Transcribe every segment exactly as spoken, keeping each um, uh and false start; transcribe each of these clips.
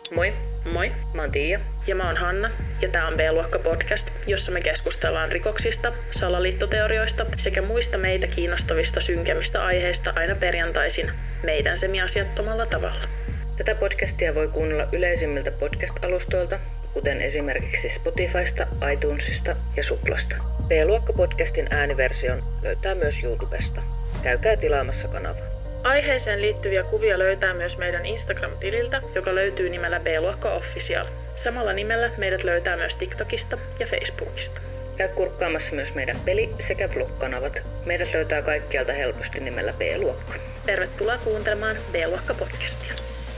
Moi, Moi, mä oon Tiia. ja mä oon Hanna, ja tää on B-luokka podcast, jossa me keskustellaan rikoksista, salaliittoteorioista sekä muista meitä kiinnostavista synkemmistä aiheista aina perjantaisin meidän semiasiattomalla tavalla. Tätä podcastia voi kuunnella yleisimmiltä podcast-alustoilta, kuten esimerkiksi Spotifysta, iTunesista ja Suplasta. B-luokka-podcastin ääniversion löytää myös YouTubesta. Käykää tilaamassa kanava. Aiheeseen liittyviä kuvia löytää myös meidän Instagram-tililtä, joka löytyy nimellä B-luokka Official. Samalla nimellä meidät löytää myös TikTokista ja Facebookista. Käy kurkkaamassa myös meidän peli- sekä vlog-kanavat. Meidät löytää kaikkialta helposti nimellä B-luokka. Tervetuloa kuuntelemaan B-luokka-podcastia.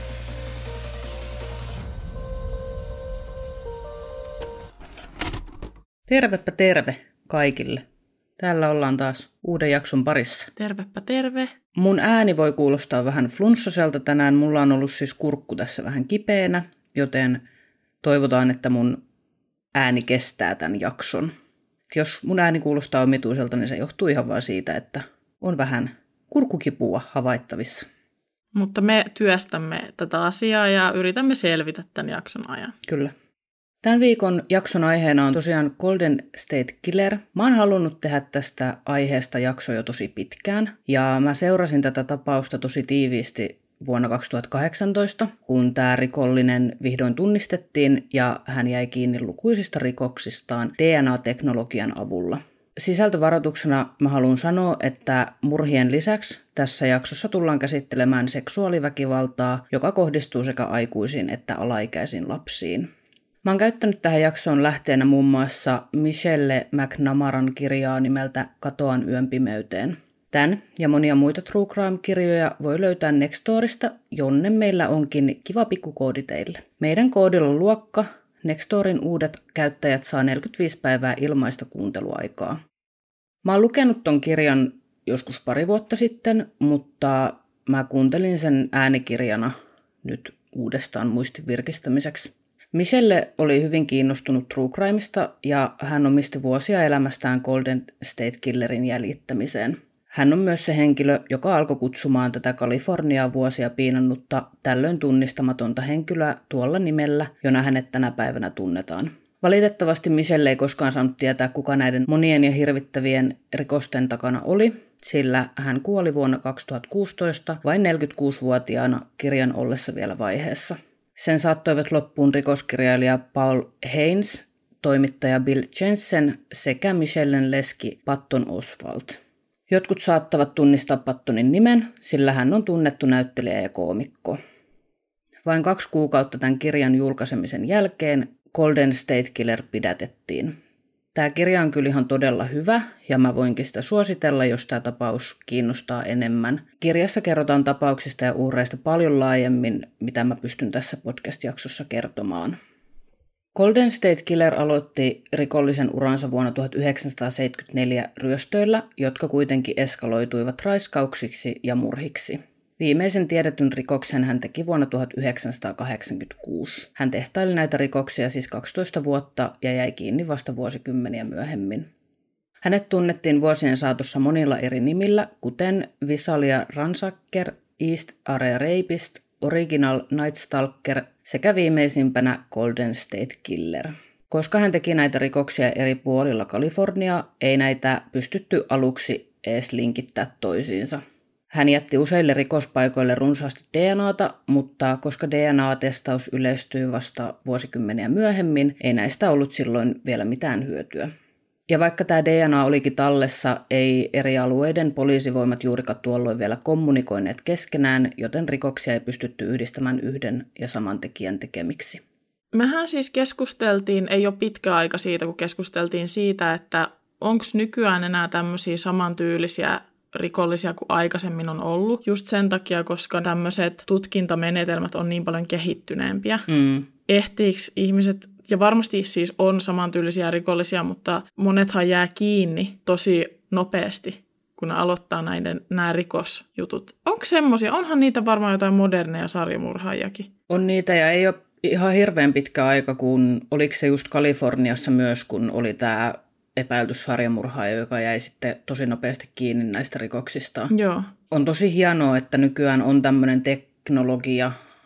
Tervepä terve kaikille. Täällä ollaan taas uuden jakson parissa. Tervepä terve. Mun ääni voi kuulostaa vähän flunssaselta tänään. Mulla on ollut siis kurkku tässä vähän kipeänä, joten toivotaan, että mun ääni kestää tämän jakson. Jos mun ääni kuulostaa omituiselta, niin se johtuu ihan vaan siitä, että on vähän kurkkukipua havaittavissa. Mutta me työstämme tätä asiaa ja yritämme selvitä tämän jakson ajan. Kyllä. Tämän viikon jakson aiheena on tosiaan Golden State Killer. Mä oon halunnut tehdä tästä aiheesta jakso jo tosi pitkään, ja mä seurasin tätä tapausta tosi tiiviisti vuonna kaksituhattakahdeksantoista, kun tämä rikollinen vihdoin tunnistettiin ja hän jäi kiinni lukuisista rikoksistaan D N A-teknologian avulla. Sisältövaroituksena mä haluan sanoa, että murhien lisäksi tässä jaksossa tullaan käsittelemään seksuaaliväkivaltaa, joka kohdistuu sekä aikuisiin että alaikäisiin lapsiin. Mä oon käyttänyt tähän jaksoon lähteenä muun muassa Michelle McNamaran kirjaa nimeltä Katoan yön pimeyteen. Tän ja monia muita True Crime-kirjoja voi löytää Nextorista, jonne meillä onkin kiva pikkukoodi teille. Meidän koodilla luokka Nextorin uudet käyttäjät saa neljäkymmentäviisi päivää ilmaista kuunteluaikaa. Mä oon lukenut ton kirjan joskus pari vuotta sitten, mutta mä kuuntelin sen äänikirjana nyt uudestaan muistin virkistämiseksi. Michelle oli hyvin kiinnostunut True Crimeista ja hän omisti vuosia elämästään Golden State Killerin jäljittämiseen. Hän on myös se henkilö, joka alkoi kutsumaan tätä Kaliforniaa vuosia piinannutta tällöin tunnistamatonta henkilöä tuolla nimellä, jona hänet tänä päivänä tunnetaan. Valitettavasti Michelle ei koskaan saanut tietää, kuka näiden monien ja hirvittävien rikosten takana oli, sillä hän kuoli vuonna kaksituhattakuusitoista vain neljäkymmentäkuusivuotiaana kirjan ollessa vielä vaiheessa. Sen saattoivat loppuun rikoskirjailija Paul Haynes, toimittaja Bill Jensen sekä Michellen leski Patton Oswalt. Jotkut saattavat tunnistaa Pattonin nimen, sillä hän on tunnettu näyttelijä ja koomikko. Vain kaksi kuukautta tämän kirjan julkaisemisen jälkeen Golden State Killer pidätettiin. Tämä kirja on kyllä ihan todella hyvä ja mä voinkin sitä suositella, jos tämä tapaus kiinnostaa enemmän. Kirjassa kerrotaan tapauksista ja uhreista paljon laajemmin, mitä mä pystyn tässä podcast-jaksossa kertomaan. Golden State Killer aloitti rikollisen uransa vuonna tuhatyhdeksänsataaseitsemänkymmentäneljä ryöstöillä, jotka kuitenkin eskaloituivat raiskauksiksi ja murhiksi. Viimeisen tiedetyn rikoksen hän teki vuonna tuhatyhdeksänsataakahdeksankymmentäkuusi. Hän tehtaili näitä rikoksia siis kaksitoista vuotta ja jäi kiinni vasta vuosikymmeniä myöhemmin. Hänet tunnettiin vuosien saatossa monilla eri nimillä, kuten Visalia Ransacker, East Area Rapist, Original Night Stalker sekä viimeisimpänä Golden State Killer. Koska hän teki näitä rikoksia eri puolilla Kaliforniaa, ei näitä pystytty aluksi edes linkittää toisiinsa. Hän jätti useille rikospaikoille runsaasti D N A:ta, mutta koska D N A-testaus yleistyi vasta vuosikymmeniä myöhemmin, ei näistä ollut silloin vielä mitään hyötyä. Ja vaikka tämä D N A olikin tallessa, ei eri alueiden poliisivoimat juurikaan tuolloin vielä kommunikoineet keskenään, joten rikoksia ei pystytty yhdistämään yhden ja saman tekijän tekemiksi. Mehän siis keskusteltiin, ei ole pitkä aika siitä, kun keskusteltiin siitä, että onko nykyään enää tämmöisiä samantyylisiä rikollisia kuin aikaisemmin on ollut. Just sen takia, koska tämmöiset tutkintamenetelmät on niin paljon kehittyneempiä. Mm. Ehtiikö ihmiset, ja varmasti siis on samantyylisiä rikollisia, mutta monethan jää kiinni tosi nopeasti, kun ne aloittaa näiden, nämä rikosjutut. Onko semmoisia? Onhan niitä varmaan jotain moderneja sarjamurhaajakin. On niitä ja ei ole ihan hirveän pitkä aika, kun oliko se just Kaliforniassa myös, kun oli tämä epäilty sarjamurhaaja, joka jäi sitten tosi nopeasti kiinni näistä rikoksista. Joo. On tosi hienoa, että nykyään on tämmöinen teknologia,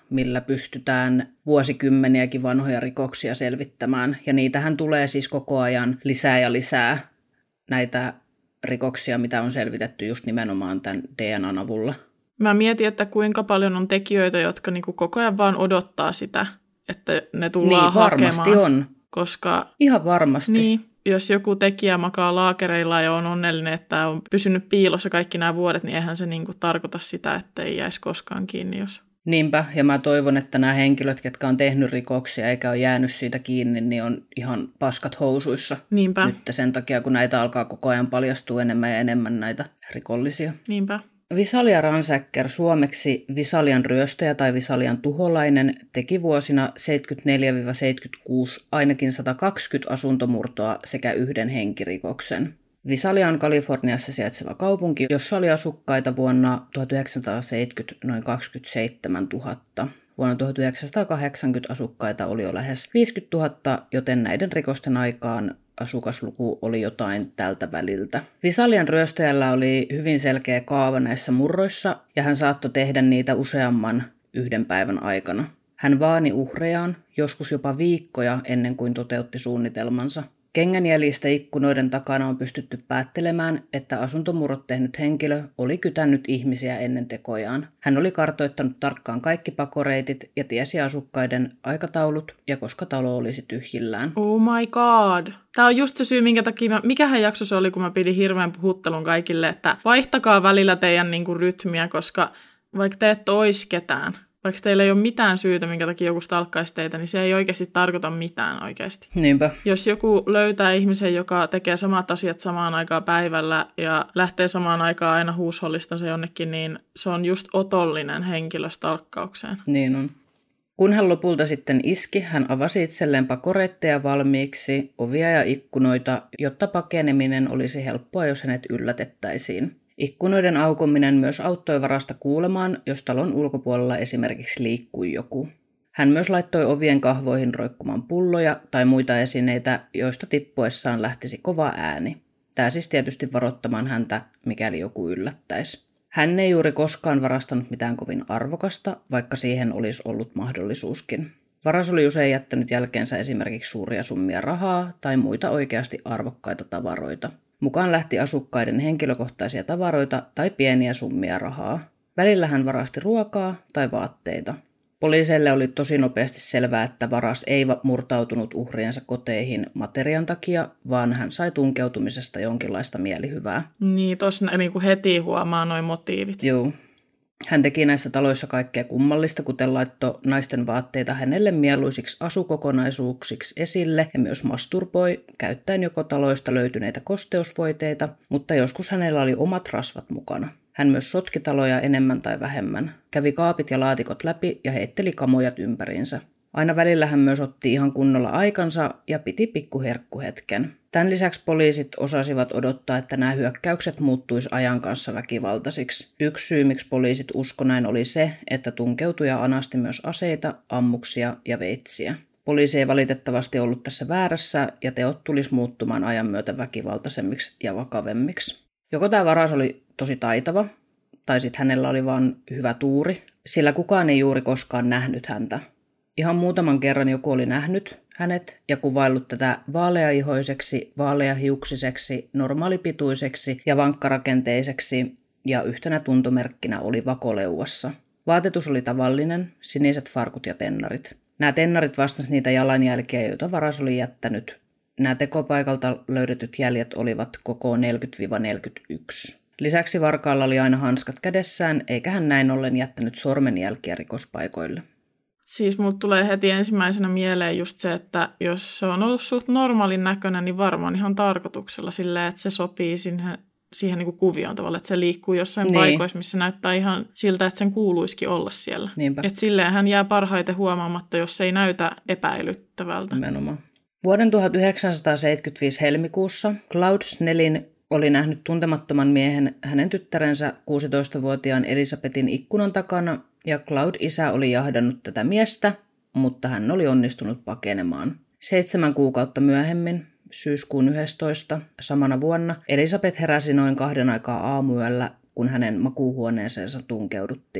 millä pystytään vuosikymmeniäkin vanhoja rikoksia selvittämään. Ja niitähän tulee siis koko ajan lisää ja lisää näitä rikoksia, mitä on selvitetty just nimenomaan tämän D N A:n avulla. Mä mietin, että kuinka paljon on tekijöitä, jotka niinku koko ajan vaan odottaa sitä, että ne tullaan niin, varmasti hakemaan. on. Koska, ihan varmasti. Niin, jos joku tekijä makaa laakereilla ja on onnellinen, että on pysynyt piilossa kaikki nämä vuodet, niin eihän se niinku tarkoita sitä, että ei jäisi koskaan kiinni. Jos... Niinpä, ja mä toivon, että nämä henkilöt, jotka on tehnyt rikoksia eikä ole jäänyt siitä kiinni, niin on ihan paskat housuissa. Niinpä. Nyt sen takia, kun näitä alkaa koko ajan paljastua enemmän ja enemmän näitä rikollisia. Niinpä. Visalia Ransacker, suomeksi Visalian ryöstäjä tai Visalian tuholainen, teki vuosina seitsemänkymmentäneljä seitsemänkymmentäkuusi ainakin sata kaksikymmentä asuntomurtoa sekä yhden henkirikoksen. Visalia on Kaliforniassa sijaitseva kaupunki, jossa oli asukkaita vuonna tuhatyhdeksänsataaseitsemänkymmentä noin kaksikymmentäseitsemäntuhatta. Vuonna tuhatyhdeksänsataakahdeksankymmentä asukkaita oli jo lähes viisikymmentätuhatta, joten näiden rikosten aikaan asukasluku oli jotain tältä väliltä. Visalian ryöstäjällä oli hyvin selkeä kaava näissä murroissa, ja hän saattoi tehdä niitä useamman yhden päivän aikana. Hän vaani uhrejaan, joskus jopa viikkoja ennen kuin toteutti suunnitelmansa. Kengänjäljistä ikkunoiden takana on pystytty päättelemään, että asuntomurrot tehnyt henkilö oli kytännyt ihmisiä ennen tekojaan. Hän oli kartoittanut tarkkaan kaikki pakoreitit ja tiesi asukkaiden aikataulut ja koska talo olisi tyhjillään. Oh my god. Tämä on just se syy, minkä takia, mä, mikähän jakso se oli, kun mä pidin hirveän puhuttelun kaikille, että vaihtakaa välillä teidän niinku rytmiä, koska vaikka te et ois ketään, vaikka teillä ei ole mitään syytä, minkä takia joku stalkkaisi teitä, niin se ei oikeasti tarkoita mitään oikeasti. Niinpä. Jos joku löytää ihmisen, joka tekee samat asiat samaan aikaan päivällä ja lähtee samaan aikaan aina huushollistansa jonnekin, niin se on just otollinen henkilö stalkkaukseen. Niin on. Kun hän lopulta sitten iski, hän avasi itselleen pakoreitteja valmiiksi, ovia ja ikkunoita, jotta pakeneminen olisi helppoa, jos hänet yllätettäisiin. Ikkunoiden aukominen myös auttoi varasta kuulemaan, jos talon ulkopuolella esimerkiksi liikkui joku. Hän myös laittoi ovien kahvoihin roikkumaan pulloja tai muita esineitä, joista tippuessaan lähtisi kova ääni. Tämä siis tietysti varoittamaan häntä, mikäli joku yllättäisi. Hän ei juuri koskaan varastanut mitään kovin arvokasta, vaikka siihen olisi ollut mahdollisuuskin. Varas oli usein jättänyt jälkeensä esimerkiksi suuria summia rahaa tai muita oikeasti arvokkaita tavaroita. Mukaan lähti asukkaiden henkilökohtaisia tavaroita tai pieniä summia rahaa. Välillä hän varasti ruokaa tai vaatteita. Poliiseille oli tosi nopeasti selvää, että varas ei murtautunut uhriensa koteihin materian takia, vaan hän sai tunkeutumisesta jonkinlaista mielihyvää. Niin, tuossa niin heti huomaa nuo motiivit. Joo. Hän teki näissä taloissa kaikkea kummallista, kuten laittoi naisten vaatteita hänelle mieluisiksi asukokonaisuuksiksi esille ja myös masturboi, käyttäen joko taloista löytyneitä kosteusvoiteita, mutta joskus hänellä oli omat rasvat mukana. Hän myös sotki taloja enemmän tai vähemmän, kävi kaapit ja laatikot läpi ja heitteli kamojat ympäriinsä. Aina välillä hän myös otti ihan kunnolla aikansa ja piti pikkuherkkuhetken. Tämän lisäksi poliisit osasivat odottaa, että nämä hyökkäykset muuttuisi ajan kanssa väkivaltaisiksi. Yksi syy, miksi poliisit usko näin, oli se, että tunkeutuja anasti myös aseita, ammuksia ja veitsiä. Poliisi ei valitettavasti ollut tässä väärässä ja teot tulisi muuttumaan ajan myötä väkivaltaisemmiksi ja vakavemmiksi. Joko tämä varas oli tosi taitava, tai sitten hänellä oli vain hyvä tuuri, sillä kukaan ei juuri koskaan nähnyt häntä. Ihan muutaman kerran joku oli nähnyt hänet ja kuvaillut tätä vaaleaihoiseksi, vaaleahiuksiseksi, normaalipituiseksi ja vankkarakenteiseksi ja yhtenä tuntomerkkinä oli vakoleuassa. Vaatetus oli tavallinen, siniset farkut ja tennarit. Nämä tennarit vastasivat niitä jalanjälkiä, joita varas oli jättänyt. Nämä tekopaikalta löydetyt jäljet olivat koko neljäkymmentä neljäkymmentäyksi. Lisäksi varkaalla oli aina hanskat kädessään, eikä hän näin ollen jättänyt sormenjälkiä rikospaikoille. Siis mulle tulee heti ensimmäisenä mieleen just se, että jos se on ollut suht normaalin näköinen, niin varmaan ihan tarkoituksella silleen, että se sopii siihen, siihen niin kuin kuvioon tavallaan, että se liikkuu jossain niin. paikoissa, missä näyttää ihan siltä, että sen kuuluisikin olla siellä. Että silleen hän jää parhaiten huomaamatta, jos se ei näytä epäilyttävältä. Nimenomaan. Vuoden tuhatyhdeksänsataaseitsemänkymmentäviisi helmikuussa Claude Snellin oli nähnyt tuntemattoman miehen hänen tyttärensä kuusitoistavuotiaan Elisabetin ikkunan takana, ja Claude isä oli jahdannut tätä miestä, mutta hän oli onnistunut pakenemaan. Seitsemän kuukautta myöhemmin, syyskuun yhdestoista samana vuonna, Elisabeth heräsi noin kahden aikaa aamuyöllä, kun hänen makuuhuoneeseensa tunkeuduttiin.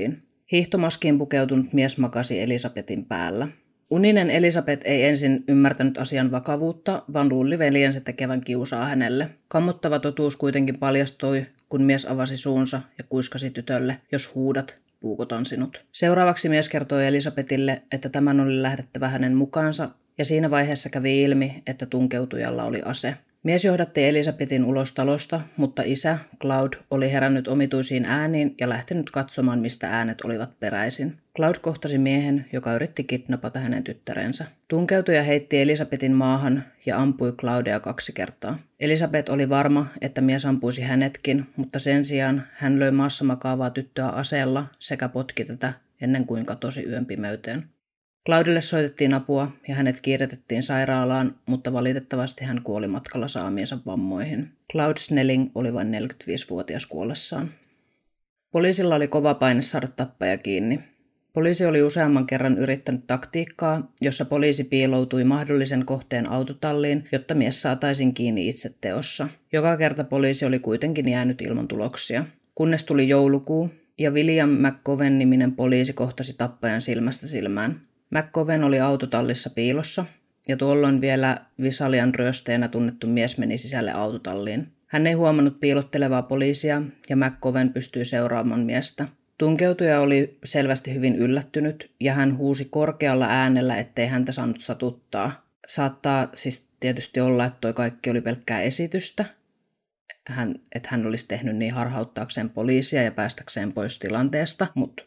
Hiihtomaskiin pukeutunut mies makasi Elisabetin päällä. Uninen Elisabeth ei ensin ymmärtänyt asian vakavuutta, vaan luuli veljensä tekevän kiusaa hänelle. Kammottava totuus kuitenkin paljastui, kun mies avasi suunsa ja kuiskasi tytölle, jos huudat, puukotan sinut. Seuraavaksi mies kertoi Elisabetille, että tämän oli lähdettävä hänen mukaansa, ja siinä vaiheessa kävi ilmi, että tunkeutujalla oli ase. Mies johdatti Elisabetin ulos talosta, mutta isä, Cloud, oli herännyt omituisiin ääniin ja lähtenyt katsomaan, mistä äänet olivat peräisin. Cloud kohtasi miehen, joka yritti kidnapata hänen tyttärensä. Tunkeutuja heitti Elisabetin maahan ja ampui Claudia kaksi kertaa. Elisabeth oli varma, että mies ampuisi hänetkin, mutta sen sijaan hän löi maassa makaavaa tyttöä aseella sekä potki tätä ennen kuin katosi yön pimeyteen. Claudille soitettiin apua ja hänet kiiretettiin sairaalaan, mutta valitettavasti hän kuoli matkalla saamiensa vammoihin. Cloud Snelling oli vain neljäkymmentäviisivuotias kuollessaan. Poliisilla oli kova paine saada tappaja kiinni. Poliisi oli useamman kerran yrittänyt taktiikkaa, jossa poliisi piiloutui mahdollisen kohteen autotalliin, jotta mies saataisiin kiinni itse teossa. Joka kerta poliisi oli kuitenkin jäänyt ilman tuloksia. Kunnes tuli joulukuu ja William McGowan-niminen poliisi kohtasi tappajan silmästä silmään. McGowan oli autotallissa piilossa ja tuolloin vielä Visalian ryösteenä tunnettu mies meni sisälle autotalliin. Hän ei huomannut piilottelevaa poliisia ja McGowan pystyi seuraamaan miestä. Tunkeutuja oli selvästi hyvin yllättynyt ja hän huusi korkealla äänellä, ettei häntä saanut satuttaa. Saattaa siis tietysti olla, että toi kaikki oli pelkkää esitystä, hän, että hän olisi tehnyt niin harhauttaakseen poliisia ja päästäkseen pois tilanteesta, mutta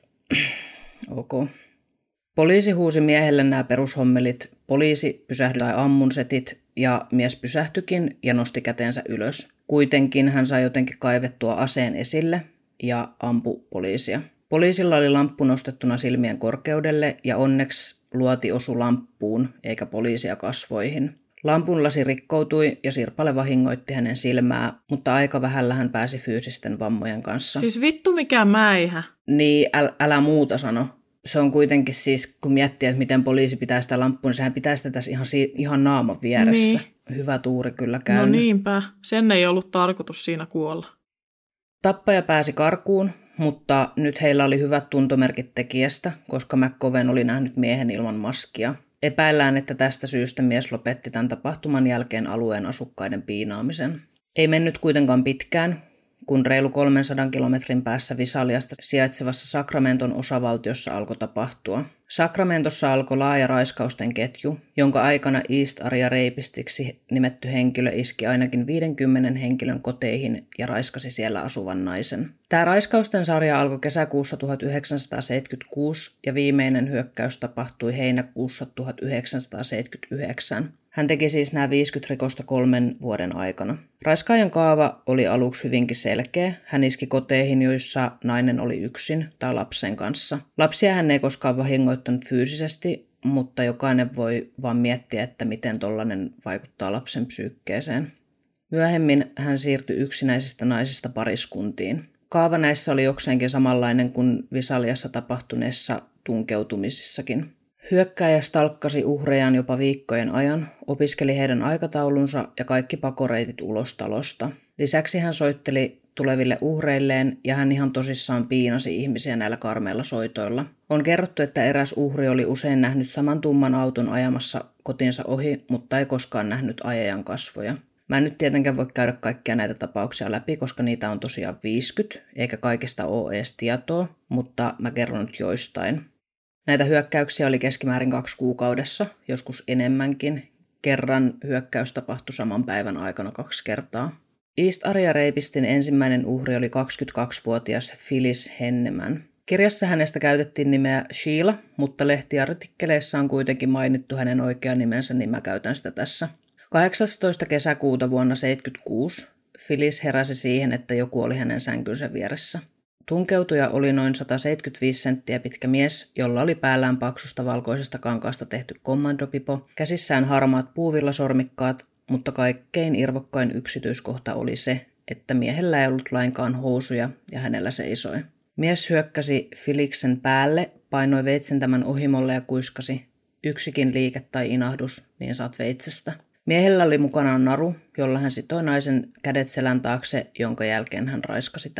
ok. Poliisi huusi miehelle nämä perushommelit, poliisi pysähtyi tai ammun setit ja mies pysähtyikin ja nosti kätensä ylös. Kuitenkin hän sai jotenkin kaivettua aseen esille ja ampui poliisia. Poliisilla oli lamppu nostettuna silmien korkeudelle ja onneksi luoti osui lamppuun eikä poliisia kasvoihin. Lampun lasi rikkoutui ja Sirpale vahingoitti hänen silmää, mutta aika vähällä hän pääsi fyysisten vammojen kanssa. Siis vittu mikä mäihä. Niin, äl, älä muuta sano. Se on kuitenkin siis, kun miettii, että miten poliisi pitää sitä lamppua, niin sehän pitää sitä tässä ihan, ihan naaman vieressä. Niin. Hyvä tuuri kyllä käynyt. No niinpä, sen ei ollut tarkoitus siinä kuolla. Tappaja pääsi karkuun, mutta nyt heillä oli hyvät tuntomerkit tekijästä, koska McGowan oli nähnyt miehen ilman maskia. Epäillään, että tästä syystä mies lopetti tämän tapahtuman jälkeen alueen asukkaiden piinaamisen. Ei mennyt kuitenkaan pitkään, kun reilu kolmensadan kilometrin päässä Visaliasta sijaitsevassa Sacramenton osavaltiossa alkoi tapahtua. Sacramentossa alkoi laaja raiskausten ketju, jonka aikana East Area Rapistiksi nimetty henkilö iski ainakin viidenkymmenen henkilön koteihin ja raiskasi siellä asuvan naisen. Tämä raiskausten sarja alkoi kesäkuussa tuhatyhdeksänsataaseitsemänkymmentäkuusi ja viimeinen hyökkäys tapahtui heinäkuussa tuhatyhdeksänsataaseitsemänkymmentäyhdeksän. Hän teki siis nämä viisikymmentä rikosta kolmen vuoden aikana. Raiskaajan kaava oli aluksi hyvinkin selkeä. Hän iski koteihin, joissa nainen oli yksin tai lapsen kanssa. Lapsia hän ei koskaan vahingoittanut fyysisesti, mutta jokainen voi vaan miettiä, että miten tollainen vaikuttaa lapsen psyykkeeseen. Myöhemmin hän siirtyi yksinäisistä naisista pariskuntiin. Kaava näissä oli jokseenkin samanlainen kuin Visaliassa tapahtuneissa tunkeutumisissakin. Hyökkääjä stalkkasi uhrejaan jopa viikkojen ajan, opiskeli heidän aikataulunsa ja kaikki pakoreitit ulos talosta. Lisäksi hän soitteli tuleville uhreilleen ja hän ihan tosissaan piinasi ihmisiä näillä karmeilla soitoilla. On kerrottu, että eräs uhri oli usein nähnyt saman tumman auton ajamassa kotinsa ohi, mutta ei koskaan nähnyt ajajan kasvoja. Mä en nyt tietenkään voi käydä kaikkia näitä tapauksia läpi, koska niitä on tosiaan viisikymmentä, eikä kaikista ole edes tietoa, mutta mä kerron nyt joistain. Näitä hyökkäyksiä oli keskimäärin kaksi kuukaudessa, joskus enemmänkin. Kerran hyökkäys tapahtui saman päivän aikana kaksi kertaa. East Area Rapistin ensimmäinen uhri oli kaksikymmentäkaksivuotias Phyllis Henneman. Kirjassa hänestä käytettiin nimeä Sheila, mutta lehtiartikkeleissa on kuitenkin mainittu hänen oikea nimensä, niin mä käytän sitä tässä. kahdeksastoista kesäkuuta vuonna tuhatyhdeksänsataaseitsemänkymmentäkuusi Phyllis heräsi siihen, että joku oli hänen sänkynsä vieressä. Tunkeutuja oli noin sata seitsemänkymmentäviisi senttiä pitkä mies, jolla oli päällään paksusta valkoisesta kankaasta tehty kommandopipo, käsissään harmaat puuvillasormikkaat, mutta kaikkein irvokkain yksityiskohta oli se, että miehellä ei ollut lainkaan housuja ja hänellä seisoi. Mies hyökkäsi Phylliksen päälle, painoi veitsen tämän ohimolle ja kuiskasi, yksikin liike tai inahdus, niin saat veitsestä. Miehellä oli mukanaan naru, jolla hän sitoi naisen kädet selän taakse, jonka jälkeen hän raiskasi tämän.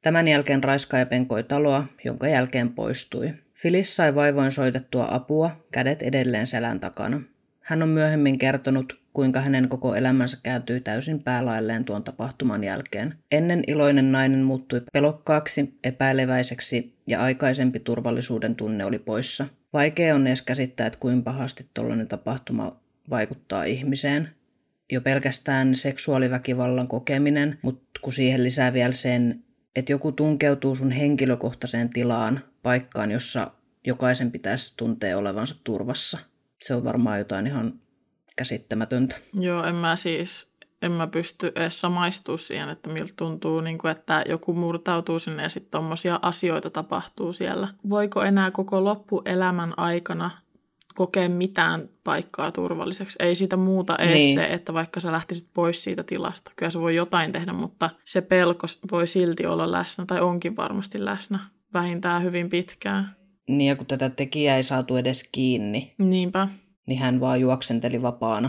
Tämän jälkeen raiskaaja penkoi taloa, jonka jälkeen poistui. Phyllis sai vaivoin soitettua apua, kädet edelleen selän takana. Hän on myöhemmin kertonut, kuinka hänen koko elämänsä kääntyi täysin päälailleen tuon tapahtuman jälkeen. Ennen iloinen nainen muuttui pelokkaaksi, epäileväiseksi ja aikaisempi turvallisuuden tunne oli poissa. Vaikea on edes käsittää, että kuinka pahasti tollainen tapahtuma vaikuttaa ihmiseen. Jo pelkästään seksuaaliväkivallan kokeminen, mutta kun siihen lisää vielä sen, että joku tunkeutuu sun henkilökohtaiseen tilaan, paikkaan, jossa jokaisen pitäisi tuntea olevansa turvassa. Se on varmaan jotain ihan käsittämätöntä. Joo, en mä siis, en mä pysty edes samaistumaan siihen, että miltä tuntuu, niin kuin, että joku murtautuu sinne ja sitten tommosia asioita tapahtuu siellä. Voiko enää koko loppuelämän aikana kokea mitään paikkaa turvalliseksi? Ei siitä muuta edes niin. Se, että vaikka sä lähtisit pois siitä tilasta. Kyllä se voi jotain tehdä, mutta se pelko voi silti olla läsnä tai onkin varmasti läsnä vähintään hyvin pitkään. Niin ja kun tätä tekijää ei saatu edes kiinni. Niinpä. Niin hän vaan juoksenteli vapaana.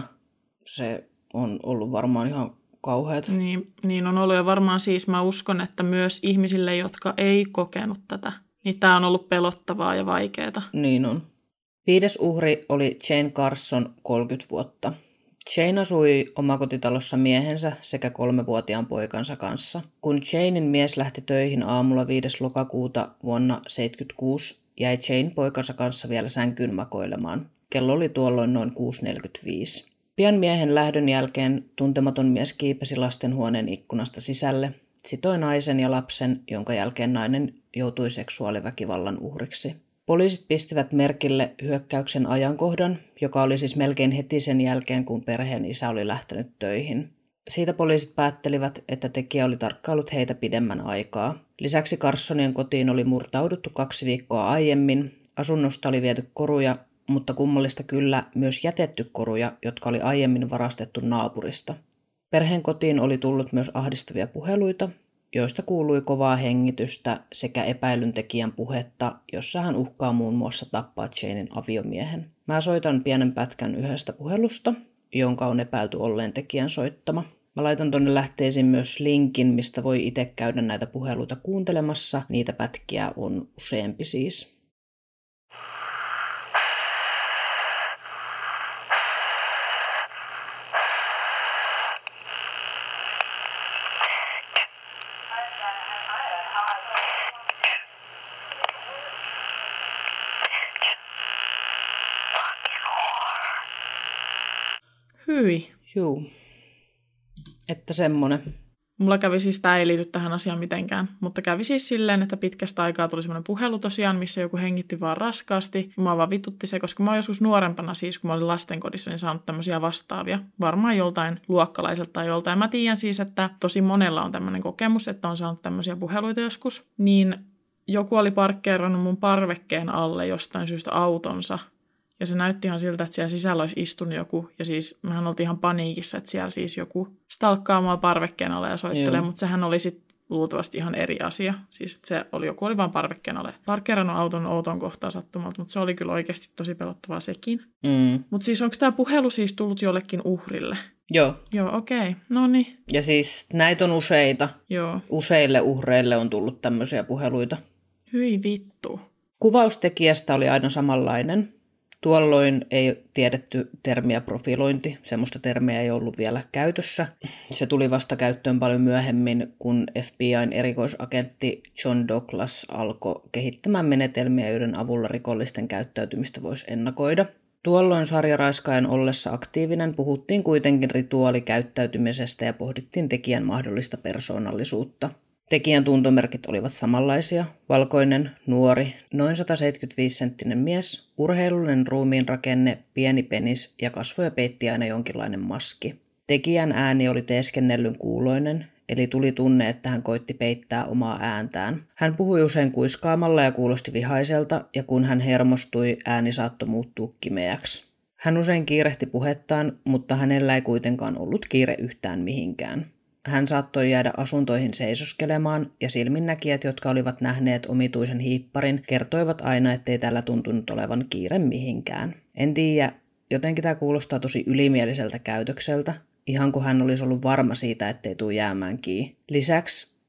Se on ollut varmaan ihan kauheata. Niin, niin on ollut ja varmaan siis mä uskon, että myös ihmisille, jotka ei kokenut tätä, niin tää on ollut pelottavaa ja vaikeaa. Niin on. Viides uhri oli Jane Carson, kolmekymmentä vuotta. Jane asui omakotitalossa miehensä sekä kolmevuotiaan poikansa kanssa. Kun Janen mies lähti töihin aamulla viides lokakuuta vuonna seitsemänkymmentäkuusi, jäi Jane poikansa kanssa vielä sänkyyn makoilemaan. Kello oli tuolloin noin kuusi neljäkymmentäviisi. Pian miehen lähdön jälkeen tuntematon mies kiipesi lastenhuoneen ikkunasta sisälle, sitoi naisen ja lapsen, jonka jälkeen nainen joutui seksuaaliväkivallan uhriksi. Poliisit pistivät merkille hyökkäyksen ajankohdan, joka oli siis melkein heti sen jälkeen, kun perheen isä oli lähtenyt töihin. Siitä poliisit päättelivät, että tekijä oli tarkkaillut heitä pidemmän aikaa. Lisäksi Carsonien kotiin oli murtauduttu kaksi viikkoa aiemmin. Asunnosta oli viety koruja, mutta kummallista kyllä myös jätetty koruja, jotka oli aiemmin varastettu naapurista. Perheen kotiin oli tullut myös ahdistavia puheluita, joista kuului kovaa hengitystä sekä epäilyn tekijän puhetta, jossa hän uhkaa muun muassa tappaa Janen aviomiehen. Mä soitan pienen pätkän yhdestä puhelusta, jonka on epäilty olleen tekijän soittama. Mä laitan tonne lähteisiin myös linkin, mistä voi itse käydä näitä puheluita kuuntelemassa. Niitä pätkiä on useampi siis. Hyi. Juu. Että semmonen. Mulla kävi siis, tää ei liity tähän asiaan mitenkään, mutta kävi siis silleen, että pitkästä aikaa tuli semmoinen puhelu tosiaan, missä joku hengitti vaan raskaasti. Mua vaan vitutti se, koska mä oon joskus nuorempana siis, kun mä olin lastenkodissa, niin saanut tämmöisiä vastaavia. Varmaan joltain luokkalaiselta tai joltain. Mä tiedän siis, että tosi monella on tämmöinen kokemus, että on saanut tämmöisiä puheluita joskus. Niin joku oli parkkeerannut mun parvekkeen alle jostain syystä autonsa. Ja se näytti ihan siltä, että siellä sisällä olisi istunut joku. Ja siis mehän oltiin ihan paniikissa, että siellä siis joku stalkkaa mua parvekkeen alle ja soittelee. Mutta sehän oli sitten luultavasti ihan eri asia. Siis se oli, joku oli vaan parvekkeen alle parkkeerannut auton outon kohtaan sattumalta. Mutta se oli kyllä oikeasti tosi pelottavaa sekin. Mm. Mutta siis onko tämä puhelu siis tullut jollekin uhrille? Joo. Joo, okei. Okay. No niin. Ja siis näitä on useita. Joo. Useille uhreille on tullut tämmöisiä puheluita. Hyi vittu. Kuvaustekijästä oli aina samanlainen. Tuolloin ei tiedetty termiä profilointi, semmoista termiä ei ollut vielä käytössä. Se tuli vasta käyttöön paljon myöhemmin, kun F B I:n erikoisagentti John Douglas alkoi kehittämään menetelmiä, joiden avulla rikollisten käyttäytymistä voisi ennakoida. Tuolloin sarjaraiskaajan ollessa aktiivinen puhuttiin kuitenkin rituaalikäyttäytymisestä ja pohdittiin tekijän mahdollista persoonallisuutta. Tekijän tuntomerkit olivat samanlaisia. Valkoinen, nuori, noin sata seitsemänkymmentäviisi senttinen mies, urheilullinen ruumiinrakenne, pieni penis ja kasvoja peitti aina jonkinlainen maski. Tekijän ääni oli teeskennellyn kuuloinen, eli tuli tunne, että hän koitti peittää omaa ääntään. Hän puhui usein kuiskaamalla ja kuulosti vihaiselta, ja kun hän hermostui, ääni saattoi muuttua kimeäksi. Hän usein kiirehti puhettaan, mutta hänellä ei kuitenkaan ollut kiire yhtään mihinkään. Hän saattoi jäädä asuntoihin seisoskelemaan, ja silminnäkijät, jotka olivat nähneet omituisen hiipparin, kertoivat aina, ettei tällä tuntunut olevan kiire mihinkään. En tiedä, jotenkin tämä kuulostaa tosi ylimieliseltä käytökseltä, ihan kuin hän olisi ollut varma siitä, ettei tule jäämään kiinni. Lisäksi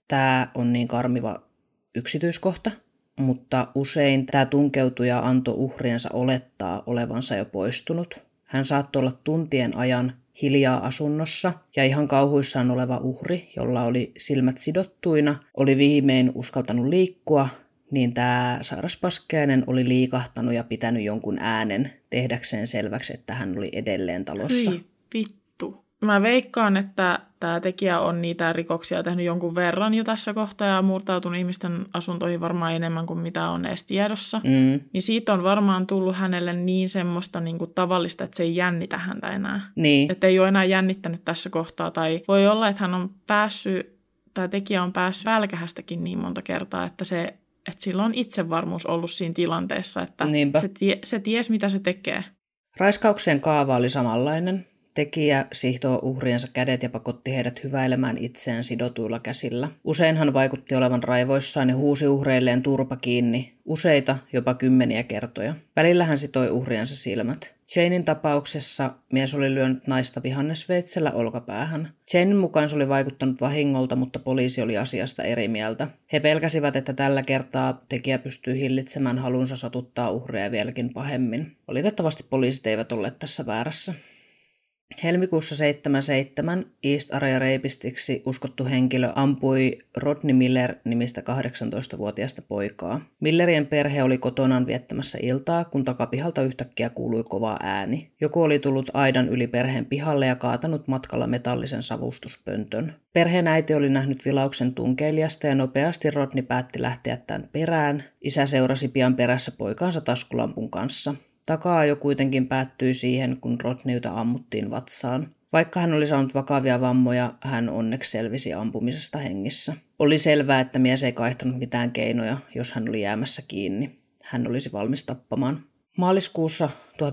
Tämä on niin karmiva yksityiskohta, mutta usein tämä tunkeutuja antoi uhriensa olettaa olevansa jo poistunut. Hän saattoi olla tuntien ajan hiljaa asunnossa ja ihan kauhuissaan oleva uhri, jolla oli silmät sidottuina, oli viimein uskaltanut liikkua, niin tämä sairaspaskeinen oli liikahtanut ja pitänyt jonkun äänen tehdäkseen selväksi, että hän oli edelleen talossa. Hyi vittu. Mä veikkaan, että tämä tekijä on niitä rikoksia tehnyt jonkun verran jo tässä kohtaa ja murtautunut ihmisten asuntoihin varmaan enemmän kuin mitä on edes tiedossa. Mm. Niin siitä on varmaan tullut hänelle niin semmoista niin kuin tavallista, että se ei jännitä häntä enää. Niin. Että ei ole enää jännittänyt tässä kohtaa. Tai voi olla, että hän on päässyt, tämä tekijä on päässyt välkähästäkin niin monta kertaa, että se että sillä on itsevarmuus ollut siinä tilanteessa, että se, tie, se ties, mitä se tekee. Raiskauksien kaava oli samanlainen. Tekijä sihtoo uhriensa kädet ja pakotti heidät hyväilemään itseään sidotuilla käsillä. Usein hän vaikutti olevan raivoissaan ja huusi uhreilleen turpa kiinni, useita, jopa kymmeniä kertoja. Välillä hän sitoi uhriensa silmät. Janein tapauksessa mies oli lyönyt naista vihannesveitsellä olkapäähän. Janein mukaan se oli vaikuttanut vahingolta, mutta poliisi oli asiasta eri mieltä. He pelkäsivät, että tällä kertaa tekijä pystyy hillitsemään halunsa satuttaa uhreja vieläkin pahemmin. Valitettavasti poliisit eivät olleet tässä väärässä. Helmikuussa seitsemänkymmentäseitsemän East Area Rapistiksi uskottu henkilö ampui Rodney Miller-nimistä kahdeksantoistavuotiaista poikaa. Millerien perhe oli kotonaan viettämässä iltaa, kun takapihalta yhtäkkiä kuului kova ääni. Joku oli tullut aidan yli perheen pihalle ja kaatanut matkalla metallisen savustuspöntön. Perheen äiti oli nähnyt vilauksen tunkeilijasta ja nopeasti Rodney päätti lähteä tämän perään. Isä seurasi pian perässä poikaansa taskulampun kanssa. Taka-ajo kuitenkin päättyi siihen, kun Rodneyta ammuttiin vatsaan. Vaikka hän oli saanut vakavia vammoja, hän onneksi selvisi ampumisesta hengissä. Oli selvää, että mies ei kaihtanut mitään keinoja, jos hän oli jäämässä kiinni. Hän olisi valmis tappamaan. Maaliskuussa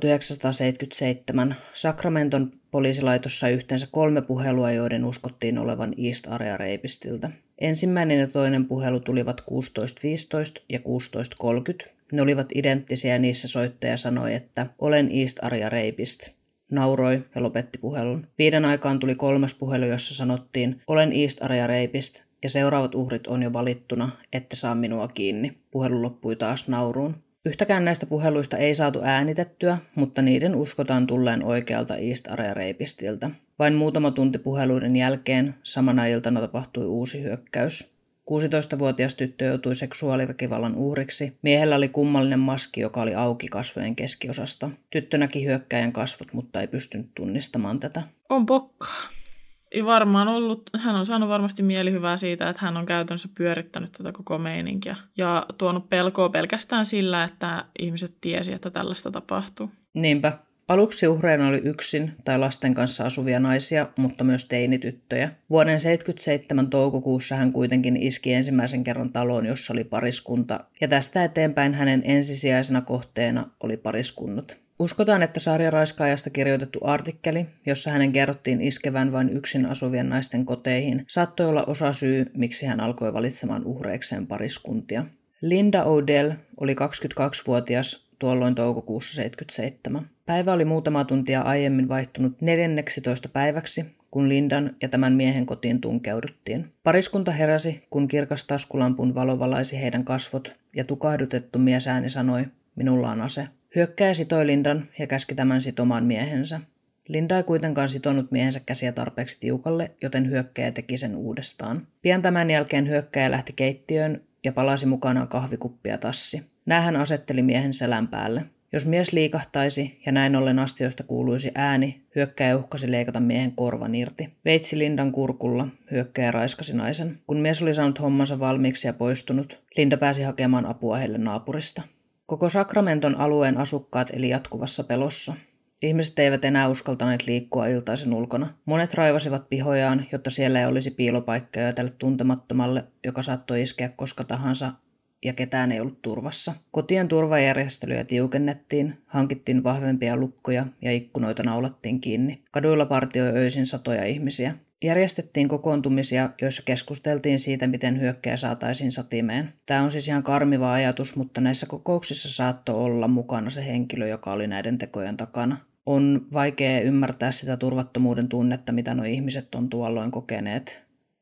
tuhatyhdeksänsataaseitsemänkymmentäseitsemän Sacramenton poliisilaitos sai yhteensä kolme puhelua, joiden uskottiin olevan East Area Rapistilta. Ensimmäinen ja toinen puhelu tulivat kuusitoista viisitoista ja kuusitoista kolmekymmentä. Ne olivat identtisiä ja niissä soittaja sanoi, että olen East Area Rapist. Nauroi ja lopetti puhelun. Viiden aikaan tuli kolmas puhelu, jossa sanottiin, olen East Area Rapist ja seuraavat uhrit on jo valittuna, ette saa minua kiinni. Puhelu loppui taas nauruun. Yhtäkään näistä puheluista ei saatu äänitettyä, mutta niiden uskotaan tulleen oikealta East Area Rapistilta. Vain muutama tunti puheluiden jälkeen samana iltana tapahtui uusi hyökkäys. kuusitoistavuotias tyttö joutui seksuaaliväkivallan uhriksi. Miehellä oli kummallinen maski, joka oli auki kasvojen keskiosasta. Tyttö näki hyökkäjän kasvot, mutta ei pystynyt tunnistamaan tätä. On pokkaa. Ei varmaan ollut, hän on saanut varmasti mielihyvää siitä, että hän on käytännössä pyörittänyt tätä koko meininkiä ja tuonut pelkoa pelkästään sillä, että ihmiset tiesi, että tällaista tapahtuu. Niinpä. Aluksi uhreina oli yksin tai lasten kanssa asuvia naisia, mutta myös teinityttöjä. Vuoden seitsemänkymmentäseitsemän toukokuussa hän kuitenkin iski ensimmäisen kerran taloon, jossa oli pariskunta, ja tästä eteenpäin hänen ensisijaisena kohteena oli pariskunnat. Uskotaan, että sarjaraiskaajasta kirjoitettu artikkeli, jossa hänen kerrottiin iskevän vain yksin asuvien naisten koteihin, saattoi olla osa syy, miksi hän alkoi valitsemaan uhreikseen pariskuntia. Linda O'Dell oli kaksikymmentäkaksivuotias tuolloin toukokuussa seitsemänkymmentäseitsemän. Päivä oli muutama tuntia aiemmin vaihtunut neljänneksitoista päiväksi, kun Lindan ja tämän miehen kotiin tunkeuduttiin. Pariskunta heräsi, kun kirkas taskulampun valo valaisi heidän kasvot, ja tukahdutettu miesääni sanoi, minulla on ase. Hyökkääjä sitoi Lindan ja käski tämän sitomaan miehensä. Linda ei kuitenkaan sitonut miehensä käsiä tarpeeksi tiukalle, joten hyökkääjä teki sen uudestaan. Pian tämän jälkeen hyökkääjä lähti keittiöön ja palasi mukanaan kahvikuppi ja tassi. Nää hän asetteli miehen selän päälle. Jos mies liikahtaisi ja näin ollen astioista kuuluisi ääni, hyökkääjä uhkasi leikata miehen korvan irti. Veitsi Lindan kurkulla, hyökkääjä raiskasi naisen. Kun mies oli saanut hommansa valmiiksi ja poistunut, Linda pääsi hakemaan apua heille naapurista. Koko Sacramenton alueen asukkaat eli jatkuvassa pelossa. Ihmiset eivät enää uskaltaneet liikkua iltaisin ulkona. Monet raivasivat pihojaan, jotta siellä ei olisi piilopaikkoja tälle tuntemattomalle, joka saattoi iskeä koska tahansa, ja ketään ei ollut turvassa. Kotien turvajärjestelyjä tiukennettiin, hankittiin vahvempia lukkoja ja ikkunoita naulattiin kiinni. Kaduilla partioi öisin satoja ihmisiä. Järjestettiin kokoontumisia, joissa keskusteltiin siitä, miten hyökkääjä saataisiin satimeen. Tämä on siis ihan karmiva ajatus, mutta näissä kokouksissa saattoi olla mukana se henkilö, joka oli näiden tekojen takana. On vaikea ymmärtää sitä turvattomuuden tunnetta, mitä nuo ihmiset on tuolloin kokeneet.